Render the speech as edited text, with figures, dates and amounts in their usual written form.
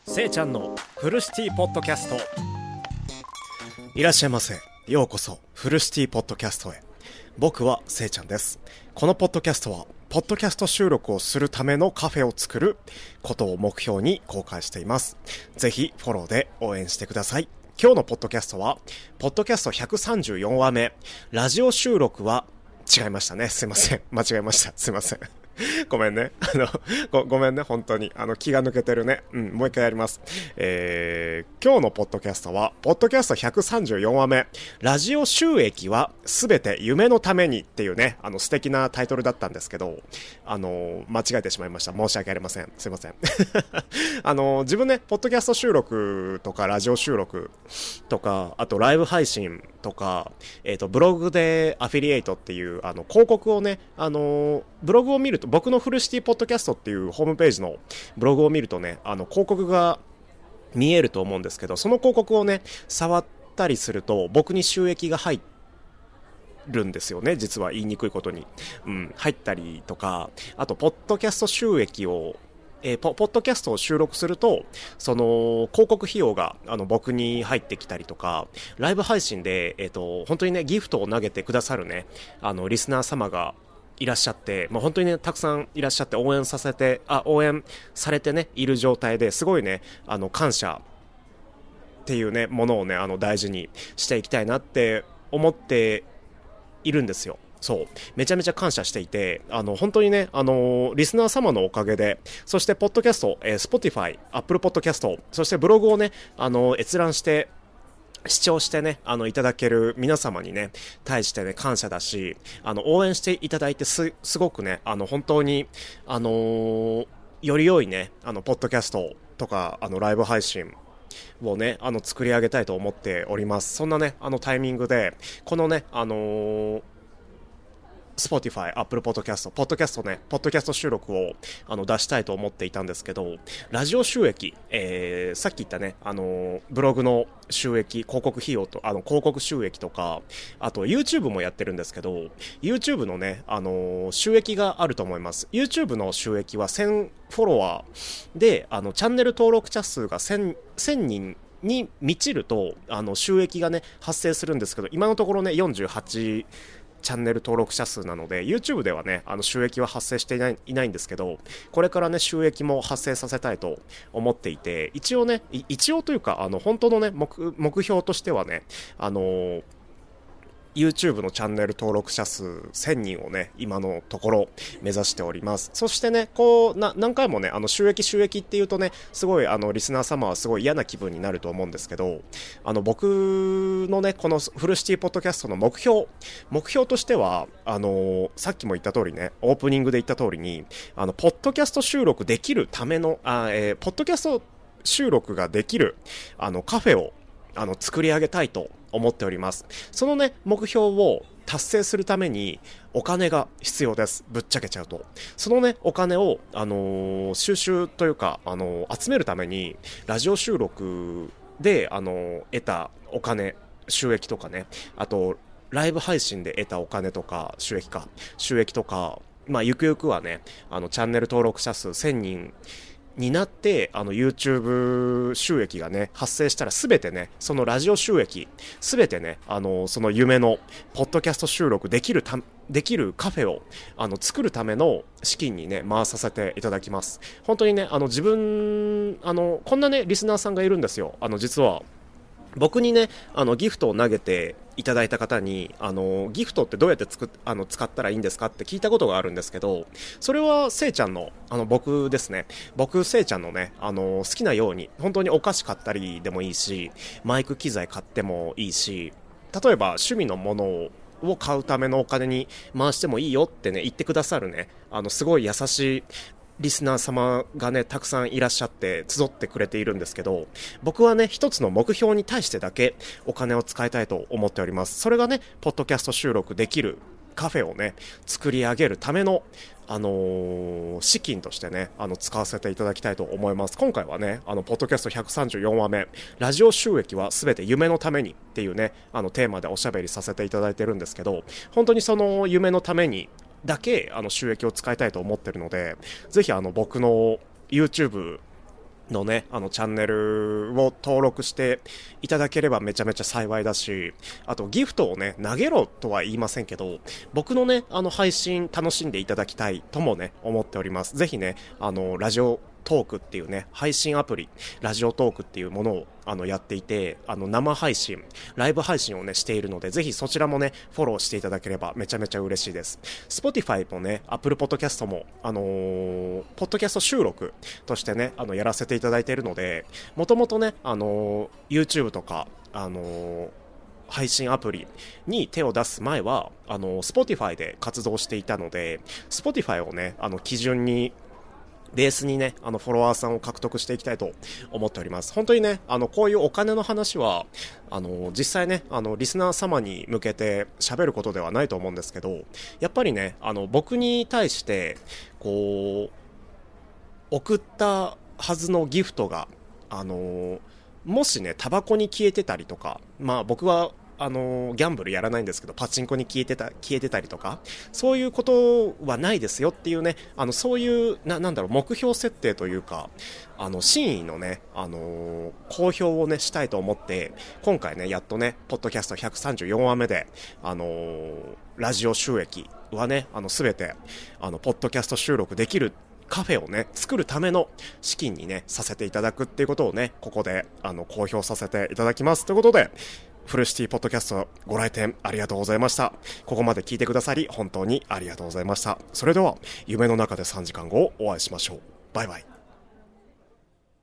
せいちゃんのフルシティポッドキャスト。いらっしゃいませ。ようこそフルシティポッドキャストへ。僕はせいちゃんです。このポッドキャストはポッドキャスト収録をするためのカフェを作ることを目標に公開しています。ぜひフォローで応援してください。今日のポッドキャストはポッドキャスト134話目、ラジオ収録は違いましたね。すいません、間違えました。すいません。ごめんね。ごめんね、本当に。気が抜けてるね。もう一回やります。今日のポッドキャストは、ポッドキャスト134話目、ラジオ収益はすべて夢のためにっていうね、素敵なタイトルだったんですけど、間違えてしまいました。申し訳ありません。すいません。自分ね、ポッドキャスト収録とか、ラジオ収録とか、あとライブ配信とか、ブログでアフィリエイトっていう、広告をね、ブログを見ると、僕のフルシティポッドキャストっていうホームページのブログを見るとね、広告が見えると思うんですけど、その広告をね、触ったりすると、僕に収益が入るんですよね。実は言いにくいことに。入ったりとか、あと、ポッドキャスト収益をポッドキャストを収録すると、その広告費用が僕に入ってきたりとか、ライブ配信で本当にね、ギフトを投げてくださるね、リスナー様がいらっしゃって、本当にね、たくさんいらっしゃって応援されてね、いる状態ですごいね、感謝っていうね、ものをね、大事にしていきたいなって思っているんですよ。そう。めちゃめちゃ感謝していて、本当にね、リスナー様のおかげで、そして、ポッドキャスト、Spotify、Apple Podcast、そしてブログをね、閲覧して、視聴してね、いただける皆様にね、対してね、感謝だし、応援していただいてすごくね、本当に、より良いね、ポッドキャストとか、ライブ配信、をね、作り上げたいと思っております。そんなね、タイミングで、このね、Spotify、Apple Podcast、ポッドキャスト収録を出したいと思っていたんですけど、ラジオ収益、さっき言ったね、ブログの収益、広告費用と、広告収益とか、あと YouTube もやってるんですけど、YouTube のね、収益があると思います。YouTube の収益は1000フォロワーで、チャンネル登録者数が1000人に満ちると、収益がね、発生するんですけど、今のところね、48チャンネル登録者数なので YouTube ではね収益は発生していないんですけど、これからね収益も発生させたいと思っていて、一応というか本当のね目標としてはねYouTube のチャンネル登録者数1000人をね、今のところ目指しております。そしてね、何回もね、収益っていうとね、すごいリスナー様はすごい嫌な気分になると思うんですけど、僕のね、このフルシティポッドキャストの目標としては、さっきも言った通りね、オープニングで言った通りに、ポッドキャスト収録できるための、ポッドキャスト収録ができる、カフェを、作り上げたいと思っております。そのね、目標を達成するためにお金が必要です。ぶっちゃけちゃうと。そのね、お金を、収集というか、集めるために、ラジオ収録で、得たお金、収益とかね、あと、ライブ配信で得たお金とか、収益とか、ゆくゆくはね、チャンネル登録者数1000人、になってYouTube 収益がね発生したら、すべてねそのラジオ収益すべてねその夢のポッドキャスト収録できるカフェを作るための資金にね回させていただきます。本当にね自分こんなねリスナーさんがいるんですよ。実は僕にねギフトを投げていただいた方にギフトってどうやって使ったらいいんですかって聞いたことがあるんですけど、それはせいちゃんの僕ですね。せいちゃんのね好きなように本当にお菓子買ったりでもいいし、マイク機材買ってもいいし、例えば趣味のものを買うためのお金に回してもいいよってね言ってくださるねすごい優しいリスナー様がねたくさんいらっしゃって集ってくれているんですけど、僕はね一つの目標に対してだけお金を使いたいと思っております。それがねポッドキャスト収録できるカフェをね作り上げるための資金としてね使わせていただきたいと思います。今回はねポッドキャスト134話目、ラジオ収益はすべて夢のためにっていうねテーマでおしゃべりさせていただいてるんですけど、本当にその夢のためにだけ収益を使いたいと思ってるので、ぜひ僕の YouTube のね、チャンネルを登録していただければめちゃめちゃ幸いだし、あとギフトをね、投げろとは言いませんけど、僕のね、配信楽しんでいただきたいともね、思っております。ぜひね、ラジオトークっていうね、配信アプリ、ラジオトークっていうものをやっていて、生配信、ライブ配信をね、しているので、ぜひそちらもね、フォローしていただければめちゃめちゃ嬉しいです。Spotify もね、Apple Podcast も、ポッドキャスト収録としてね、やらせていただいているので、もともとね、YouTube とか、配信アプリに手を出す前は、Spotify で活動していたので、Spotify をね、基準に、ベースにね、フォロワーさんを獲得していきたいと思っております。本当にね、こういうお金の話は、実際ね、リスナー様に向けて喋ることではないと思うんですけど、やっぱりね、僕に対して、こう、送ったはずのギフトが、もしね、タバコに消えてたりとか、まあ僕は、ギャンブルやらないんですけど、パチンコに消えてたりとか、そういうことはないですよっていうね、そういう、なんだろう、目標設定というか、真意のね、公表をね、したいと思って、今回ね、やっとね、ポッドキャスト134話目で、ラジオ収益はね、すべて、ポッドキャスト収録できるカフェをね、作るための資金にね、させていただくっていうことをね、ここで、公表させていただきます。ということで、フルシティポッドキャストご来店ありがとうございました。ここまで聞いてくださり本当にありがとうございました。それでは夢の中で3時間後お会いしましょう。バイバイ。